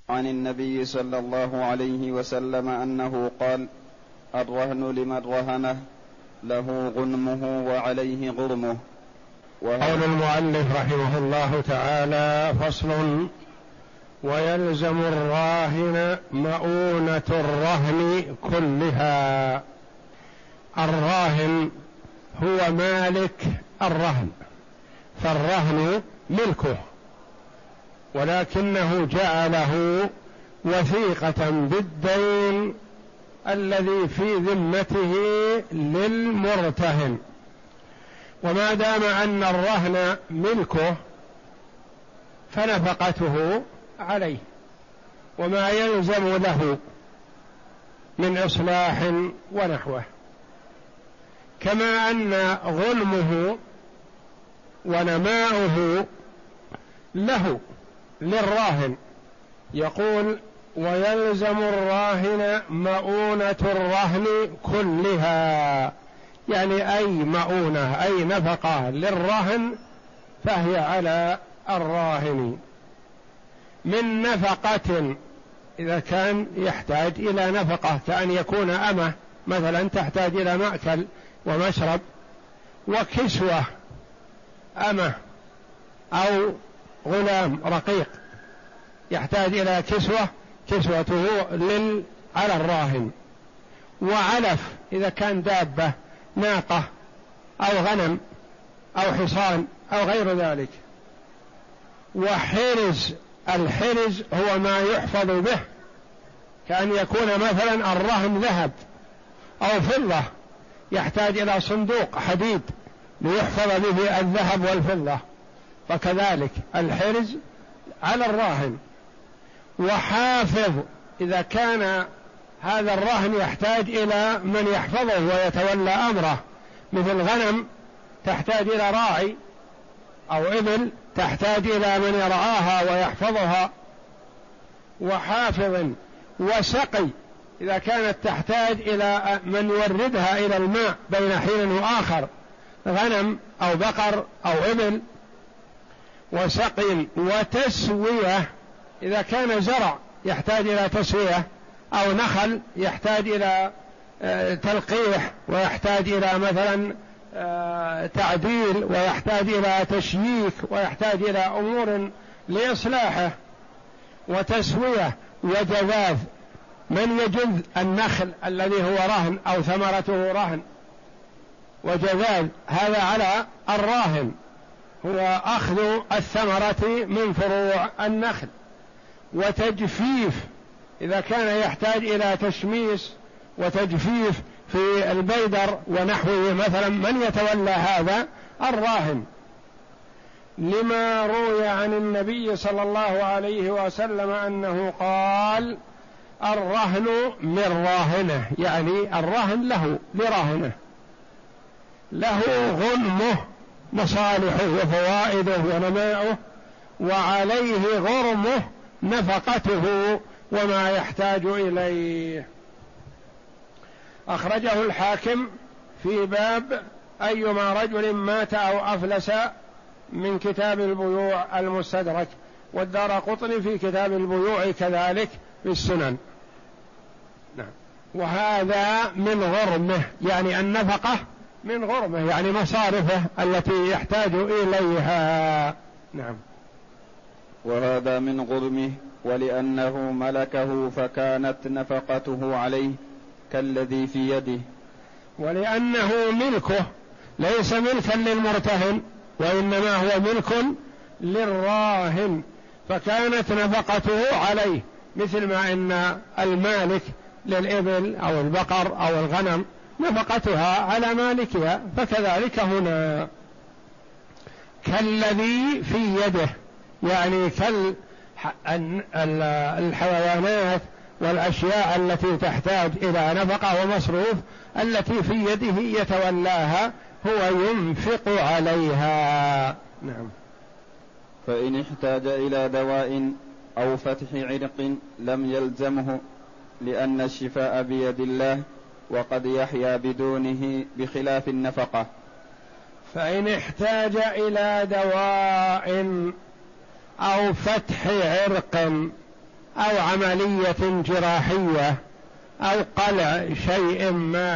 عن النبي صلى الله عليه وسلم أنه قال: الرهن لمن رهنه له غنمه وعليه غرمه. قول المؤلف رحمه الله تعالى: فصل: ويلزم الراهن مؤونة الرهن كلها. الراهن هو مالك الرهن، فالرهن ملكه، ولكنه جعله وثيقة بالدين الذي في ذمته للمرتهن، وما دام أن الرهن ملكه فنفقته عليه وما يلزم له من إصلاح ونحوه، كما أن غنمه ونماؤه له للراهن. يقول: ويلزم الراهن مؤونة الرهن كلها، يعني أي مؤونة أي نفقة للرهن فهي على الراهن، من نفقة إذا كان يحتاج إلى نفقة، كأن يكون أمه مثلا تحتاج إلى مأكل ومشرب، وكسوة أمه أو غلام رقيق يحتاج إلى كسوته على الراهن، وعلف إذا كان دابة ناقة أو غنم أو حصان أو غير ذلك، وحرز. الحرز هو ما يحفظ به، كأن يكون مثلا الرهن ذهب أو فضة يحتاج إلى صندوق حديد ليحفظ به الذهب والفضة، فكذلك الحرز على الراهن. وحافظ إذا كان هذا الرهن يحتاج إلى من يحفظه ويتولى أمره، مثل غنم تحتاج إلى راعي، أو إبل تحتاج إلى من يرعاها ويحفظها. وحافظ وسقي إذا كانت تحتاج إلى من يوردها إلى الماء بين حين وآخر، غنم أو بقر أو إبل. وسقي وتسوية إذا كان زرع يحتاج إلى تسوية، أو نخل يحتاج إلى تلقيح ويحتاج إلى مثلا تعديل ويحتاج إلى تشييك ويحتاج إلى أمور لإصلاحه. وتسوية وجذاذ، من يجذ النخل الذي هو رهن أو ثمرته رهن، وجذاذ هذا على الراهن، هو أخذ الثمرة من فروع النخل. وتجفيف إذا كان يحتاج إلى تشميس وتجفيف في البيدر ونحوه، مثلا من يتولى هذا الراهن، لما روي عن النبي صلى الله عليه وسلم أنه قال: الرهن من راهنه، يعني الرهن له لراهنه، له غنمه مصالحه وفوائده ونماؤه، وعليه غرمه نفقته وما يحتاج إليه. أخرجه الحاكم في باب أيما رجل مات أو أفلس من كتاب البيوع المستدرك، والدارقطني في كتاب البيوع كذلك في السنن. نعم. وهذا من غرمه، يعني النفقة من غرمه، يعني مصارفه التي يحتاج إليها. نعم. وهذا من غرمه، ولأنه ملكه فكانت نفقته عليه كالذي في يده. ولأنه ملكه، ليس ملكا للمرتهن، وإنما هو ملك للراهن، فكانت نفقته عليه، مثل ما إن المالك للإبل أو البقر أو الغنم نفقتها على مالكها، فكذلك هنا كالذي في يده، يعني الحيوانات والأشياء التي تحتاج إلى نفقة ومصروف التي في يده يتولاها، هو ينفق عليها. نعم. فإن احتاج إلى دواء أو فتح عرق لم يلزمه، لأن الشفاء بيد الله، وقد يحيا بدونه بخلاف النفقة. فإن احتاج إلى دواء أو فتح عرق أو عملية جراحية أو قلع شيء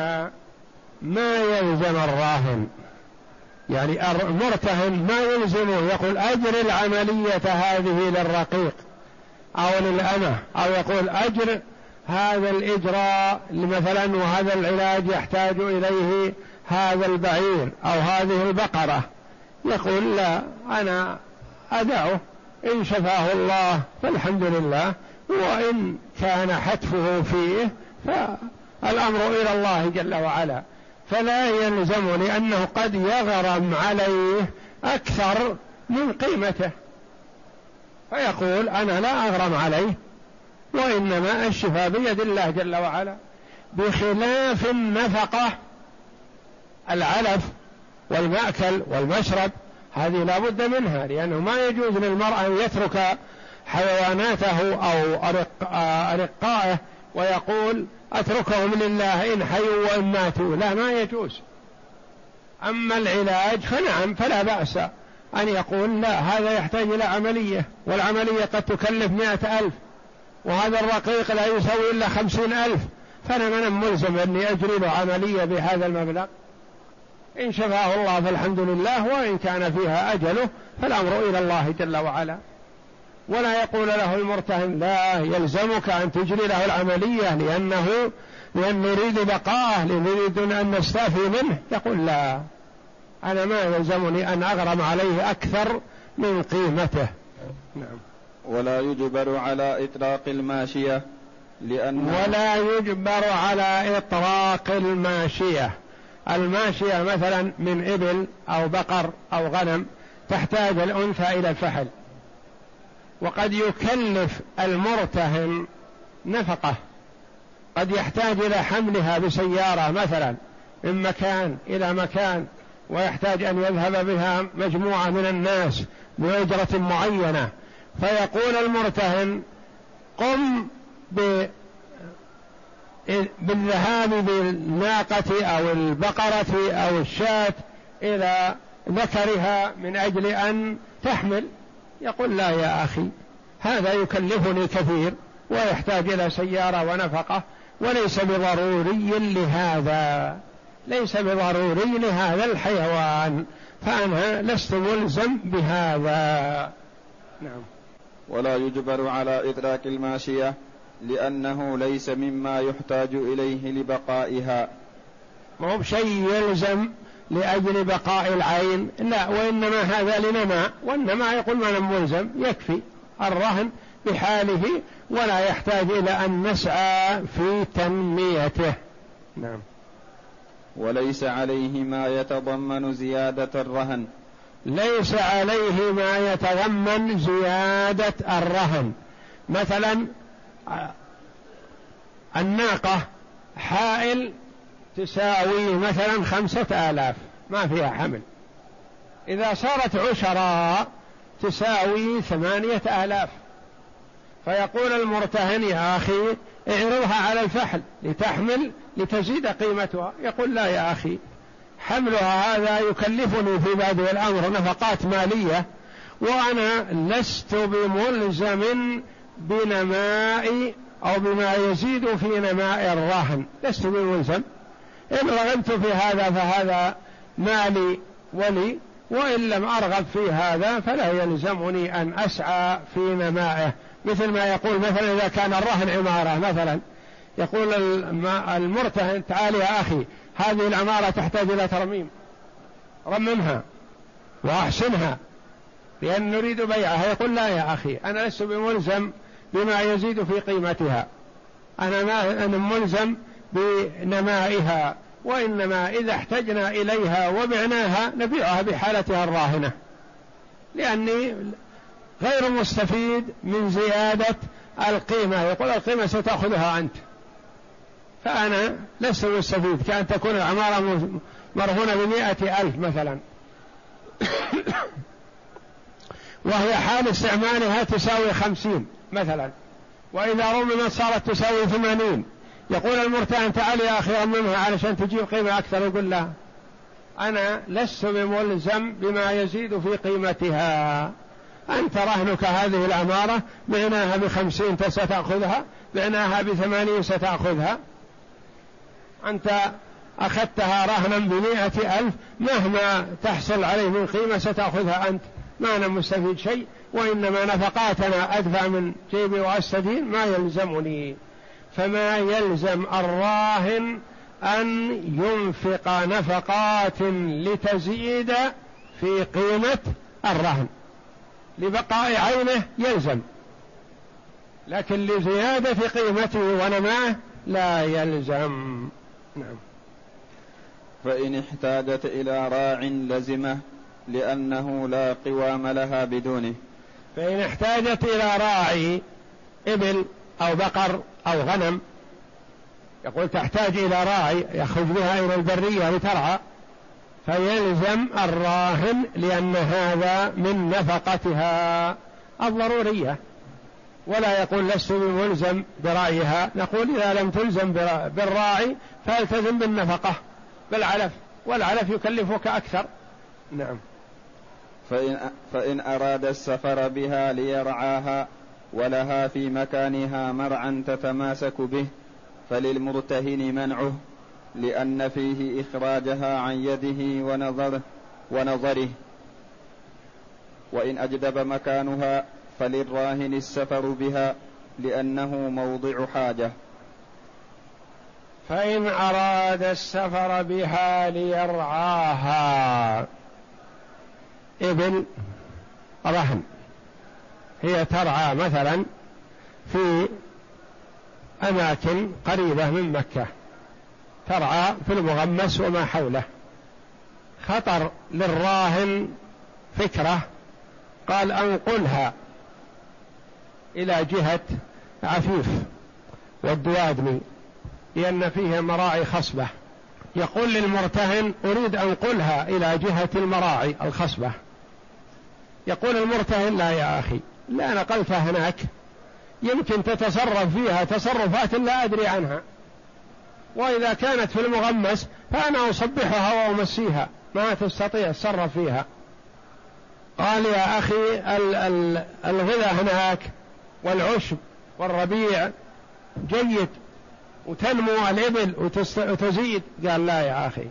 ما يلزم الراهن، يعني المرتهن ما يلزمه يقول أجر العملية هذه للرقيق أو للأمة، أو يقول أجر هذا الإجراء مثلا وهذا العلاج يحتاج إليه هذا البعير أو هذه البقرة، يقول لا أنا أدعه إن شفاه الله فالحمد لله، وإن كان حتفه فيه فالأمر إلى الله جل وعلا، فلا يلزم لأنه قد يغرم عليه أكثر من قيمته، فيقول أنا لا أغرم عليه وإنما الشفاء بيد الله جل وعلا. بخلاف النفقة، العلف والمأكل والمشرب هذه لا بد منها، لأنه ما يجوز للمرء أن يترك حيواناته أو أرقائه ويقول أتركهم لله إن حيوا وإن ماتوا، لا ما يجوز. أما العلاج فنعم فلا بأس أن يقول لا هذا يحتاج إلى عملية، والعملية قد تكلف 100,000 وهذا الرقيق لا يسوي إلا 50,000، فأنا من ملزم أني أجري له عملية بهذا المبلغ، إن شفاه الله فالحمد لله، وإن كان فيها أجله فالأمر إلى الله جل وعلا. ولا يقول له المرتهن لا يلزمك أن تجري له العملية لأن نريد بقاءه، نريد أن نستافي منه، يقول لا أنا ما يلزمني أن أغرم عليه أكثر من قيمته. نعم. ولا يجبر على إطلاق الماشية ولا يجبر على إطلاق الماشية. الماشية مثلا من إبل أو بقر أو غنم تحتاج الأنثى إلى الفحل، وقد يكلف المرتهن نفقة، قد يحتاج إلى حملها بسيارة مثلا من مكان إلى مكان، ويحتاج أن يذهب بها مجموعة من الناس بأجرة معينة، فيقول المرتهن قم بالذهاب بالناقة أو البقرة أو الشاة إلى ذكرها من أجل أن تحمل، يقول لا يا أخي هذا يكلفني كثير ويحتاج إلى سيارة ونفقة، وليس بضروري لهذا، ليس بضروري لهذا الحيوان، فأنا لست ملزم بهذا. نعم. ولا يجبر على إدراك الماشية لأنه ليس مما يحتاج إليه لبقائها، ما هو بشيء يلزم لأجل بقاء العين، لا، وإنما هذا لنماء، والنماء يقول ما لم ملزم، يكفي الرهن بحاله ولا يحتاج إلى أن نسعى في تنميته. نعم. وليس عليه ما يتضمن زيادة الرهن، ليس عليه ما يتضمن زيادة الرهن، مثلا الناقة حائل تساوي مثلا 5,000 ما فيها حمل، إذا صارت عشراء تساوي 8,000، فيقول المرتهن يا أخي اعرضها على الفحل لتحمل لتزيد قيمتها، يقول لا يا أخي حملها هذا يكلفني في بادئ الأمر نفقات مالية، وأنا لست بملزم بنماء أو بما يزيد في نماء الرهن، لست بملزم، إن رغبت في هذا فهذا مالي ولي، وإن لم أرغب في هذا فلا يلزمني أن أسعى في نمائه. مثل ما يقول مثلا إذا كان الرهن عمارة مثلا، يقول المرتهن تعال يا أخي هذه العمارة تحتاج إلى ترميم، رممها وأحسنها لأن نريد بيعها، يقول لا يا أخي أنا لست بملزم بما يزيد في قيمتها، أنا ملزم بنمائها، وإنما إذا احتجنا إليها وبعناها نبيعها بحالتها الراهنة، لأني غير مستفيد من زيادة القيمة، يقول القيمة ستأخذها أنت، فأنا لست مستفيد، كأن تكون العمارة مرهونة ب100,000 مثلا وهي حال استعمالها تساوي 50 مثلا، وإذا رممت صارت تساوي 80، يقول المرتهن تعال يا أخي رممها علشان تجيب قيمة أكثر، يقول لا أنا لست بملزم بما يزيد في قيمتها، أنت رهنك هذه العمارة بعناها ب50 ستأخذها، بعناها ب80 ستأخذها، أنت أخذتها رهنا ب100,000، مهما تحصل عليه من قيمة ستأخذها أنت، ما أنا مستفيد شيء، وإنما نفقاتنا أدفع من جيبي وأستدين، ما يلزمني. فما يلزم الراهن أن ينفق نفقات لتزيد في قيمة الرهن، لبقاء عينه يلزم، لكن لزيادة قيمته ونماه لا يلزم. نعم. فإن احتاجت إلى راع لزمه لأنه لا قوام لها بدونه. فإن احتاجت إلى راعي إبل أو بقر أو غنم، يقول تحتاج إلى راعي يخرج بها إلى البرية لترعى، فيلزم الراهن، لأن هذا من نفقتها الضرورية، ولا يقول لست بملزم برأيها، نقول إذا لم تلزم بالراعي فالتزم بالنفقة بالعلف، والعلف يكلفك أكثر. نعم. فإن أراد السفر بها ليرعاها ولها في مكانها مرعى تتماسك به فللمرتهن منعه، لأن فيه إخراجها عن يده ونظره. وإن أجدب مكانها فللراهن السفر بها لأنه موضع حاجة. فإن أراد السفر بها ليرعاها، إبل رهن هي ترعى مثلا في أماكن قريبة من مكة، ترعى في المغمس وما حوله، خطر للراهن فكرة، قال أنقلها إلى جهة عفيف والدوادمي لأن فيها مراعي خصبة، يقول للمرتهن أريد أنقلها إلى جهة المراعي الخصبة، يقول المرتهن لا يا أخي، لا نقلتها هناك يمكن تتصرف فيها تصرفات لا أدري عنها، وإذا كانت في المغمس فأنا أصبحها وأمسيها، ما تستطيع تصرف فيها. قال يا أخي الغذاء هناك والعشب والربيع جيد وتنمو الإبل وتزيد، قال لا يا أخي.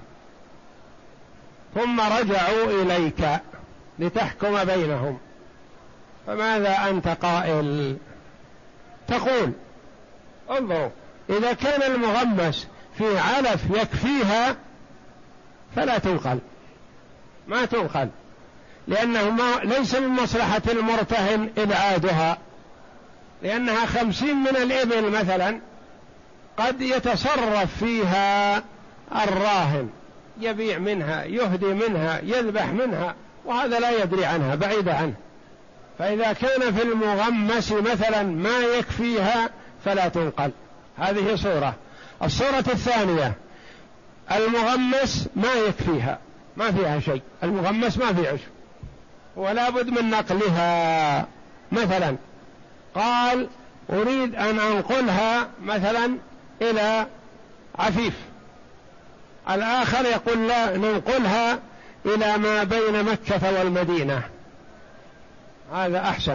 ثم رجعوا إليك لتحكم بينهم، فماذا أنت قائل؟ تقول انظروا إذا كان المغمس في علف يكفيها فلا تنقل، ما تنقل، لأنه ليس من مصلحة المرتهن إبعادها، لأنها 50 من الإبل مثلا قد يتصرف فيها الراهن، يبيع منها، يهدي منها، يذبح منها، وهذا لا يدري عنها، بعيد عنه. فإذا كان في المغمس مثلا ما يكفيها فلا تنقل. هذه صورة. الصورة الثانية المغمس ما يكفيها، ما فيها شيء، المغمس ما في عشب ولا بد من نقلها، مثلا قال أريد أن أنقلها مثلا إلى عفيف، الآخر يقول لا ننقلها إلى ما بين مكة والمدينة، هذا أحسن.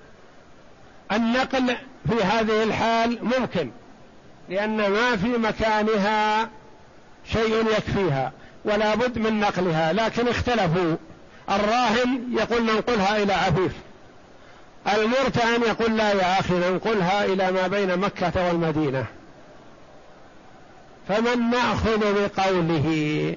النقل في هذه الحال ممكن، لأن ما في مكانها شيء يكفيها ولا بد من نقلها، لكن اختلفوا، الراهن يقول ننقلها إلى عفيف، المرتهن يقول لا يا أخي ننقلها إلى ما بين مكة والمدينة. فمن نأخذ بقوله؟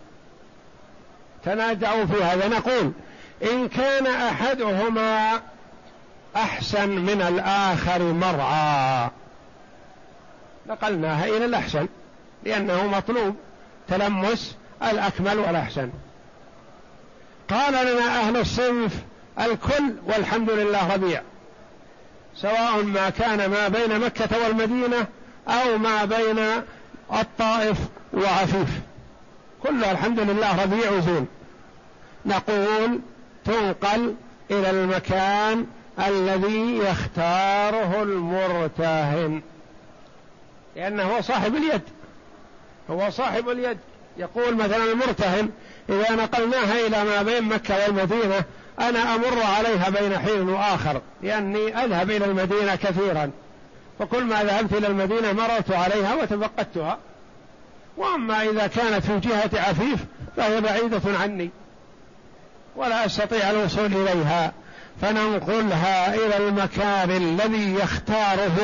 تنازعوا في هذا. نقول إن كان أحدهما أحسن من الآخر مرعى نقلناها إلى الأحسن، لأنه مطلوب تلمس الأكمل والأحسن. قال لنا أهل الصنف الكل والحمد لله ربيع، سواء ما كان ما بين مكة والمدينة أو ما بين الطائف وعفيف، كله الحمد لله ربيع وزين. نقول تنقل إلى المكان الذي يختاره المرتهن، لأنه هو صاحب اليد، هو صاحب اليد. يقول مثلا المرتهن إذا نقلناها إلى ما بين مكة والمدينة أنا أمر عليها بين حين وآخر لأني أذهب إلى المدينة كثيرا، فكل ما ذهبت إلى المدينة مررت عليها وتفقدتها. وأما إذا كانت في جهة عفيف فهي بعيدة عني ولا أستطيع الوصول إليها، فننقلها إلى المكان الذي يختاره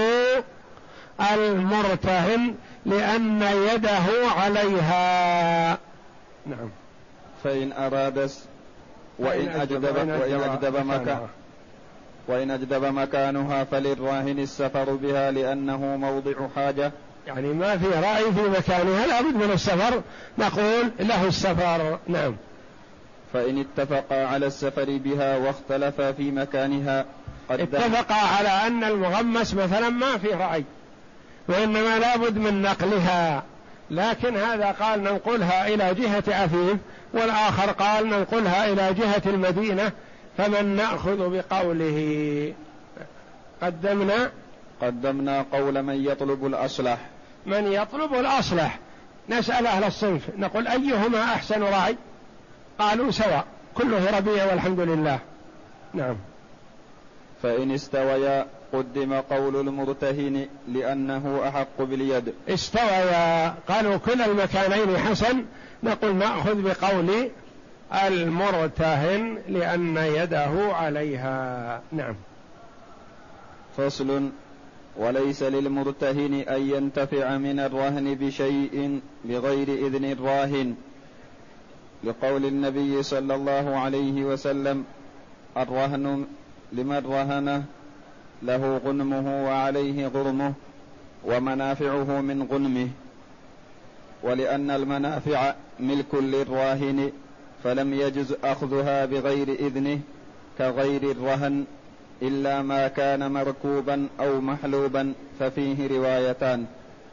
المرتهن لأن يده عليها. نعم. فإن أراد وإن أجدب مكانها فللراهن السفر بها لأنه موضع حاجة. يعني ما في رأي في مكانها لابد من السفر، نقول له السفر. نعم. فإن اتفقا على السفر بها واختلفا في مكانها اتفقا على أن المغمس مثلا ما في رأي وإنما لابد من نقلها، لكن هذا قال ننقلها إلى جهة عفيف والآخر قال ننقلها إلى جهة المدينة، فمن نأخذ بقوله؟ قدمنا قول من يطلب الأصلح. من يطلب الأصلح نسأل أهل الصنف نقول أيهما أحسن رأي؟ قالوا سواء كله ربيع والحمد لله. نعم. فإن استويا قدم قول المرتهن لأنه أحق باليد. استويا قالوا كل المكانين حسن، نقول نأخذ بقول المرتهن لأن يده عليها. نعم. فصل. وليس للمرتهن أن ينتفع من الرهن بشيء بغير إذن الراهن، لقول النبي صلى الله عليه وسلم: الرهن لمن رهنه له غنمه وعليه غرمه ومنافعه من غنمه. ولأن المنافع ملك للراهن فلم يجز أخذها بغير إذنه كغير الرهن إلا ما كان مركوبا أو محلوبا، ففيه روايتان: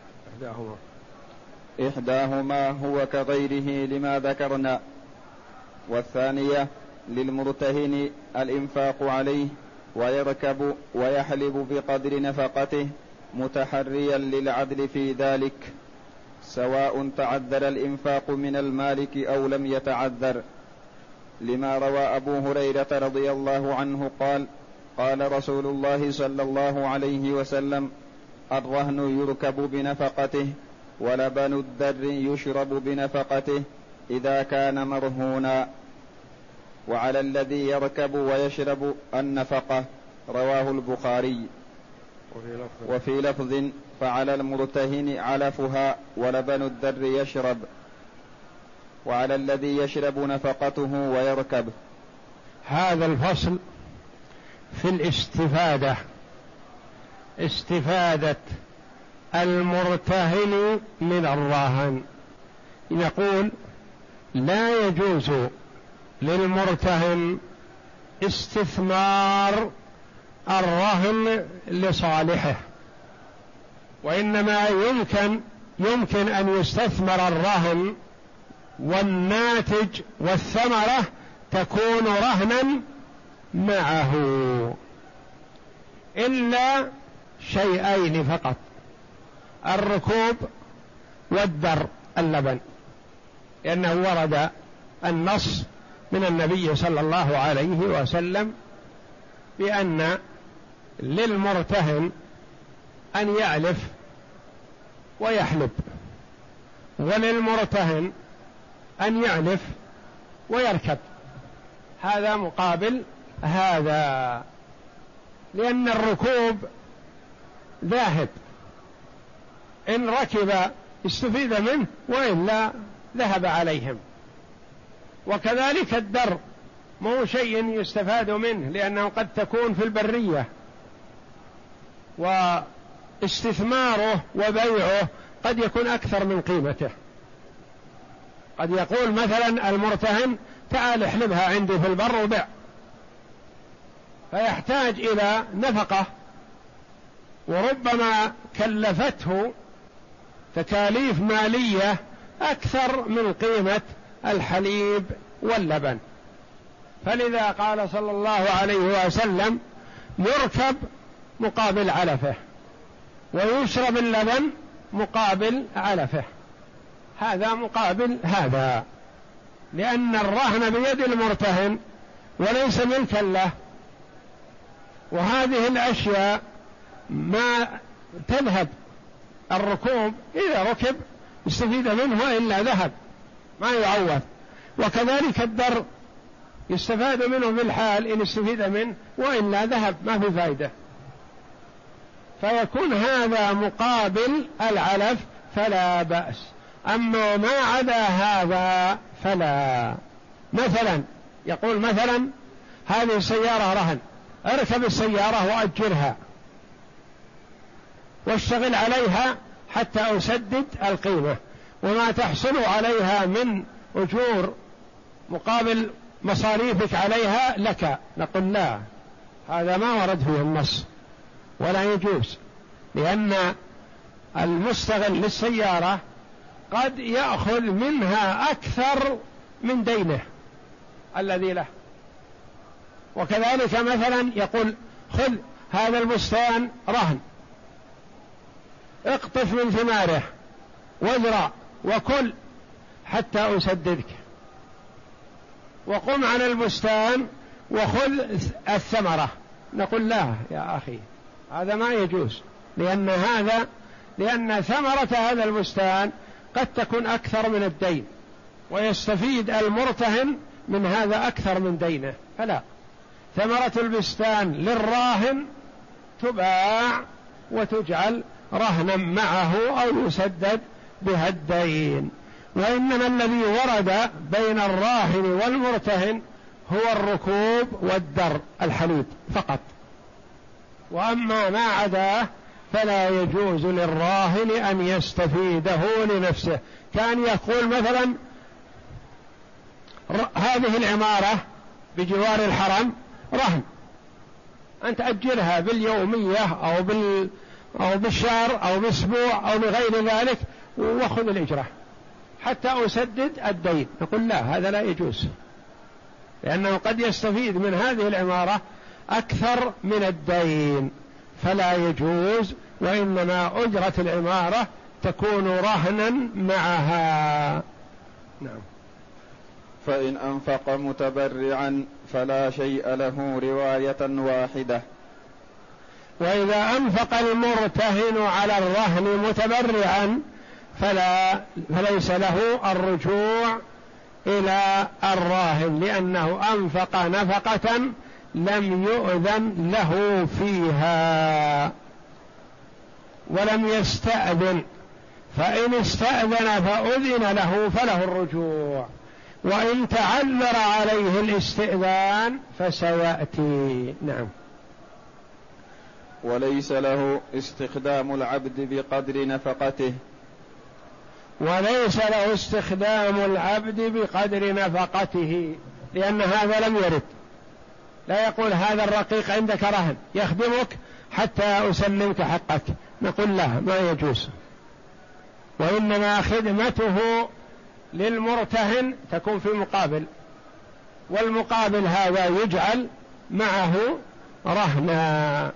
إحداهما هو كغيره لما ذكرنا، والثانية للمرتهن الإنفاق عليه ويركب ويحلب بقدر نفقته متحريا للعدل في ذلك، سواء تعذر الإنفاق من المالك أو لم يتعذر، لما روى أبو هريرة رضي الله عنه قال: قال رسول الله صلى الله عليه وسلم: الرهن يركب بنفقته ولبن الدر يشرب بنفقته إذا كان مرهونا، وعلى الذي يركب ويشرب النفقة. رواه البخاري. وفي لفظ: فعلى المرتهن علفها ولبن الدر يشرب، وعلى الذي يشرب نفقته ويركب. هذا الفصل في الاستفادة، استفادة المرتهن من الراهن. يقول: لا يجوز للمرتهن استثمار الرهن لصالحه، وإنما يمكن أن يستثمر الرهن والناتج والثمرة تكون رهنا معه، إلا شيئين فقط: الركوب والدر اللبن، لأنه ورد النص من النبي صلى الله عليه وسلم بأن للمرتهن أن يعلف ويحلب، وللمرتهن أن يعلف ويركب، هذا مقابل هذا، لأن الركوب ذاهب، إن ركب استفيد منه وإلا ذهب عليهم، وكذلك الدر مو شيء يستفاد منه لأنه قد تكون في البرية، واستثماره وبيعه قد يكون أكثر من قيمته. قد يقول مثلا المرتهن: تعال احلبها عندي في البر وبيع، فيحتاج إلى نفقة، وربما كلفته تكاليف مالية أكثر من قيمة الحليب واللبن، فلذا قال صلى الله عليه وسلم: يركب مقابل علفه ويشرب اللبن مقابل علفه، هذا مقابل هذا، لأن الرهن بيد المرتهن وليس ملكا له. وهذه الأشياء ما تذهب، الركوب إذا ركب يستفيد منه إلا ذهب ما يعوض، وكذلك الدر يستفاد منه بالحال إن استفيد منه، وإلا ذهب ما في فائدة، فيكون هذا مقابل العلف فلا بأس. أما ما عدا هذا فلا. مثلا يقول مثلا هذه السيارة رهن، اركب السيارة وأجرها واشتغل عليها حتى أسدد القيمة، وما تحصل عليها من أجور مقابل مصاريفك عليها لك. نقول لا، هذا ما ورد فيه النص ولا يجوز، لأن المستغل للسيارة قد يأخذ منها أكثر من دينه الذي له. وكذلك مثلا يقول خذ هذا البستان رهن، اقطف من ثماره وازرع وكل حتى أسددك، وقم على البستان وخذ الثمرة. نقول لا يا أخي، هذا ما يجوز، لأن ثمرة هذا البستان قد تكون أكثر من الدين، ويستفيد المرتهن من هذا أكثر من دينه، فلا. ثمرة البستان للراهن تباع وتجعل رهنا معه أو يسدد بها الدين. وإنما الذي ورد بين الراهن والمرتهن هو الركوب والدر الحليب فقط، وأما ما عداه فلا يجوز للراهن أن يستفيده لنفسه. كان يقول مثلا هذه العمارة بجوار الحرم رهن، أنت أجرها باليومية أو بالشهر أو بأسبوع أو بغير ذلك وخذ الإجرة حتى أسدد الدين. نقول لا، هذا لا يجوز، لأنه قد يستفيد من هذه العمارة أكثر من الدين، فلا يجوز. وإنما أجرة العمارة تكون رهنا معها. نعم. فإن أنفق متبرعا فلا شيء له رواية واحدة. وإذا أنفق المرتهن على الرهن متبرعا فليس له الرجوع إلى الراهن، لأنه أنفق نفقة لم يؤذن له فيها ولم يستأذن، فإن استأذن فأذن له فله الرجوع، وإن تعذر عليه الاستئذان فسيأتي. نعم. وليس له استخدام العبد بقدر نفقته. وليس له استخدام العبد بقدر نفقته، لأن هذا لم يرد. لا يقول هذا الرقيق عندك رهن يخدمك حتى أسلمك حقك، نقول لا، ما يجوز. وإنما خدمته للمرتهن تكون في مقابل، والمقابل هذا يجعل معه رهنا،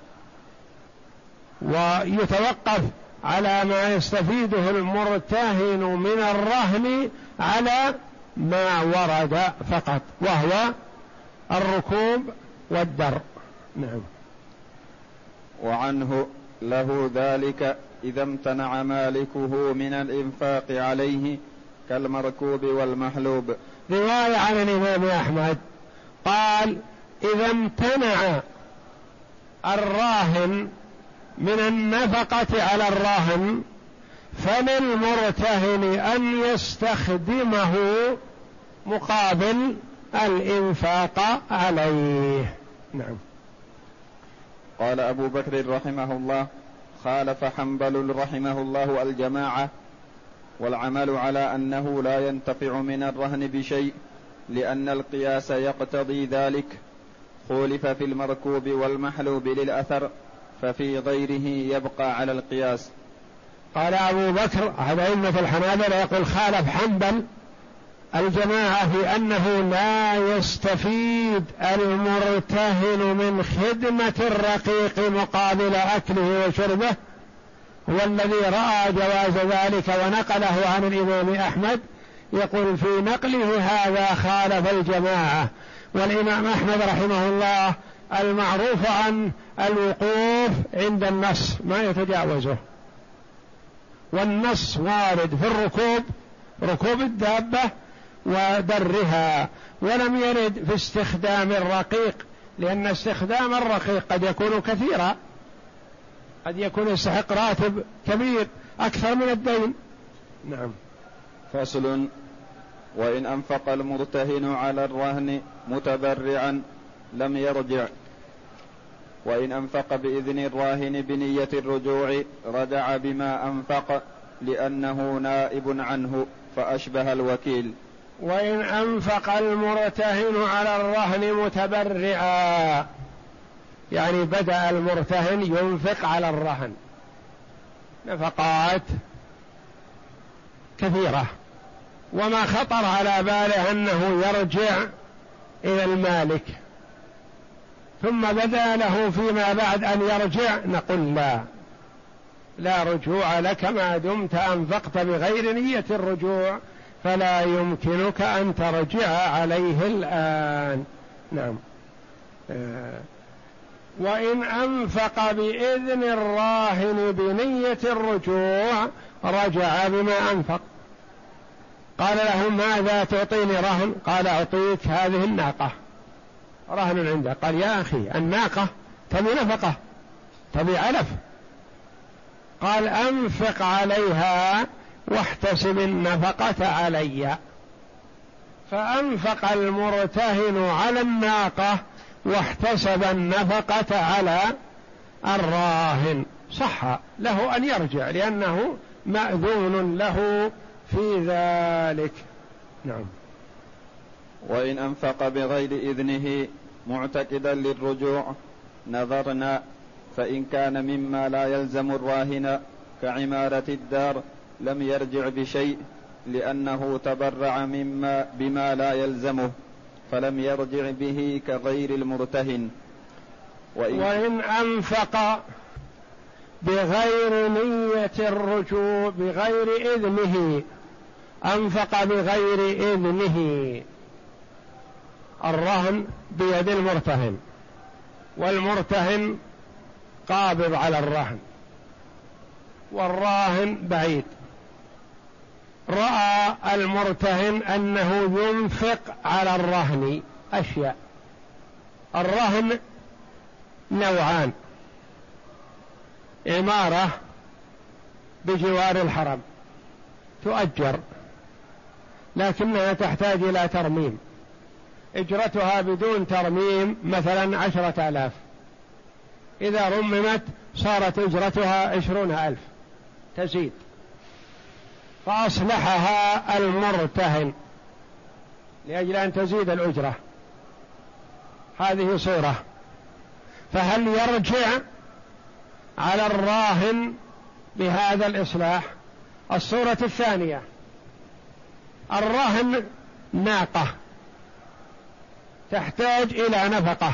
ويتوقف على ما يستفيده المرتهن من الرهن على ما ورد فقط، وهو الركوب والدر. نعم. وعنه له ذلك إذا امتنع مالكه من الإنفاق عليه كالمركوب والمحلوب. رواية عن الإمام أحمد قال إذا امتنع الراهن من النفقة على الراهن فللمرتهن أن يستخدمه مقابل الإنفاق عليه. نعم. قال أبو بكر رحمه الله: خالف حنبل رحمه الله الجماعة، والعمل على أنه لا ينتفع من الرهن بشيء لأن القياس يقتضي ذلك. خولف في المركوب والمحلوب للأثر، ففي غيره يبقى على القياس. قال أبو بكر هذا أئمة الحنابلة يقول خالف حنبل الجماعة في أنه لا يستفيد المرتهن من خدمة الرقيق مقابل أكله وشربه، هو الذي رأى جواز ذلك ونقله عن الإمام أحمد. يقول في نقله هذا خالف الجماعة، والإمام أحمد رحمه الله المعروف عن الوقوف عند النص ما يتجاوزه، والنص وارد في الركوب، ركوب الدابة ودرها، ولم يرد في استخدام الرقيق، لأن استخدام الرقيق قد يكون كثيرا، قد يكون يستحق راتب كبير أكثر من الدين. نعم. فصل: وإن أنفق المرتهن على الرهن متبرعا لم يرجع، وإن أنفق بإذن الراهن بنية الرجوع رجع بما أنفق لأنه نائب عنه فأشبه الوكيل. وإن أنفق المرتهن على الرهن متبرعا، يعني بدأ المرتهن ينفق على الرهن نفقات كثيرة، وما خطر على باله أنه يرجع إلى المالك، ثم بدا له فيما بعد أن يرجع، نقول لا رجوع لك ما دمت أنفقت بغير نية الرجوع، فلا يمكنك أن ترجع عليه الآن. نعم. وإن أنفق بإذن الراهن بنية الرجوع رجع بما أنفق. قال له: ماذا تعطيني رهن؟ قال: أعطيك هذه الناقة رهن عندك. قال: يا أخي الناقة تبي نفقة، تبي علف. قال: أنفق عليها واحتسب النفقة علي. فأنفق المرتهن على الناقة واحتسب النفقة على الراهن، صح له أن يرجع لأنه مأذون له في ذلك. نعم. وإن أنفق بغير إذنه معتقدا للرجوع نظرنا، فإن كان مما لا يلزم الراهن كعمارة الدار لم يرجع بشيء، لأنه تبرع بما لا يلزمه فلم يرجع به كغير المرتهن. وإن أنفق بغير نية الرجوع بغير إذنه، أنفق بغير إذنه، الرهن بيد المرتهن والمرتهن قابض على الرهن والراهن بعيد، رأى المرتهن أنه ينفق على الرهن أشياء. الرهن نوعان: عمارة بجوار الحرم تؤجر لكنها تحتاج إلى ترميم، إجرتها بدون ترميم مثلا 10,000، إذا رممت صارت إجرتها 20,000 تزيد، فأصلحها المرتهن لأجل أن تزيد الأجرة. هذه صورة. فهل يرجع على الراهن بهذا الإصلاح؟ الصورة الثانية: الراهن ناقة تحتاج إلى نفقة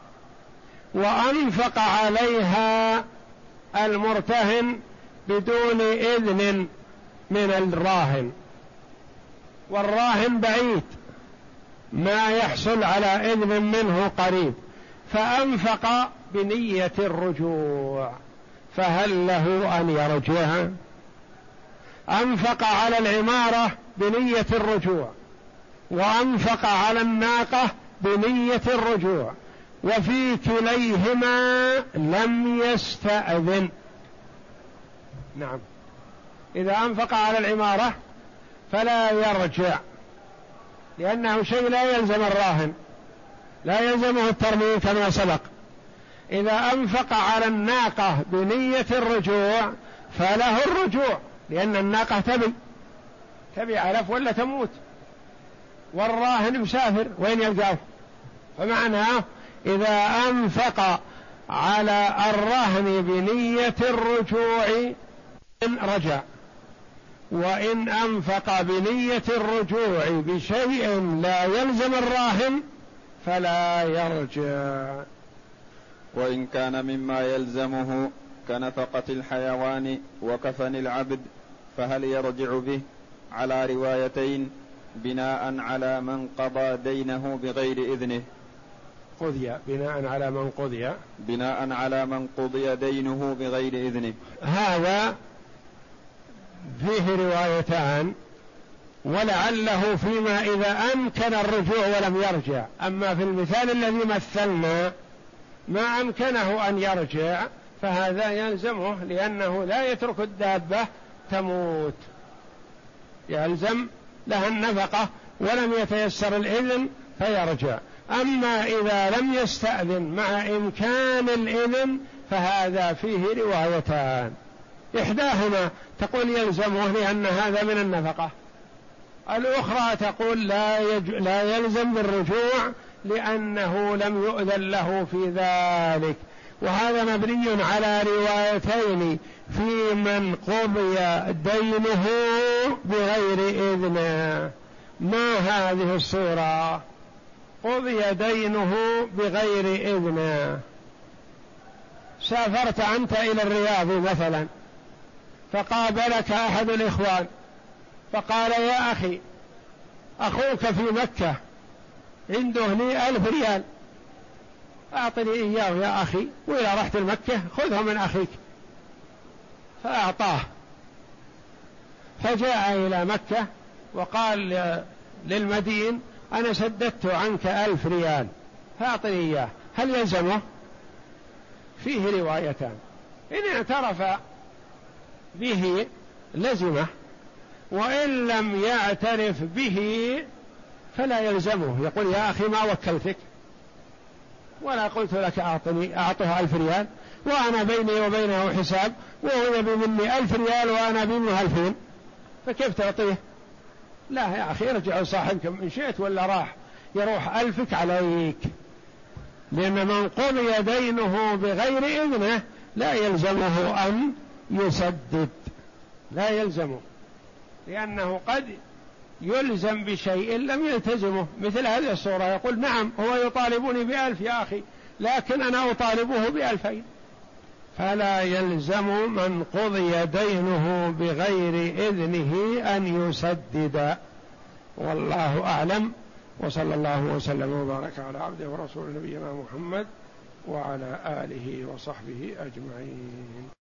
وأنفق عليها المرتهن بدون إذن من الراهن، والراهن بعيد ما يحصل على إذن منه قريب، فأنفق بنية الرجوع، فهل له أن يرجع؟ أنفق على العمارة بنية الرجوع وأنفق على الناقة بنية الرجوع، وفي كليهما لم يستأذن. نعم. إذا أنفق على العمارة فلا يرجع لأنه شيء لا يلزم الراهن، لا يلزمه الترميم كما سبق. إذا أنفق على الناقة بنية الرجوع فله الرجوع، لأن الناقة تبي علف ولا تموت، والراهن مسافر وين يلقاه؟ فمعناه إذا أنفق على الرهن بنية الرجوع رجع، وإن أنفق بنية الرجوع بشيء لا يلزم الراهن فلا يرجع. وإن كان مما يلزمه كنفقة الحيوان وكفن العبد فهل يرجع به؟ على روايتين بناء على من قضى دينه بغير إذنه. قضي بناء على من قضي دينه بغير إذنه. هذا فيه روايتان، ولعله فيما إذا أمكن الرجوع ولم يرجع. أما في المثال الذي مثلنا ما أمكنه أن يرجع فهذا يلزمه، لأنه لا يترك الدابة تموت، يلزم لها النفقة ولم يتيسر الإذن فيرجع. أما إذا لم يستأذن مع إمكان الإذن فهذا فيه روايتان، إحداهما تقول يلزمه لأن هذا من النفقة، الأخرى تقول لا يلزم بالرجوع لأنه لم يؤذن له في ذلك. وهذا مبني على روايتين في من قضي دينه بغير إذنه. ما هذه الصورة؟ قضي دينه بغير إذنه. سافرت أنت إلى الرياض مثلا، فقابلك أحد الإخوان فقال يا أخي أخوك في مكة عنده لي 1000 ريال أعطني إياه يا أخي، وإذا رحت المكة خذها من أخيك. فأعطاه، فجاء إلى مكة وقال للمدين أنا سددت عنك 1000 ريال فأعطني إياه، هل يلزمه؟ فيه روايتان، إن اعترف به لزمه، وإن لم يعترف به فلا يلزمه، يقول يا أخي ما وكلتك ولا قلت لك أعطه 1000 ريال وأنا بيني وبينه حساب، وهو يبي مني 1000 ريال وأنا أبي منه 2000، فكيف تعطيه؟ لا يا أخي ارجع صاحبك إن شئت ولا راح يروح 1000 عليك، لأن من قضي دينه بغير إذنه لا يلزمه أن يسدد، لا يلزمه، لأنه قد يلزم بشيء لم يلتزمه. مثل هذه الصورة يقول نعم هو يطالبني ب1000 يا أخي لكن أنا أطالبه ب2000، فلا يلزم من قضي دينه بغير إذنه أن يسدد. والله أعلم، وصلى الله وسلم وبارك على عبده ورسوله نبينا محمد وعلى آله وصحبه أجمعين.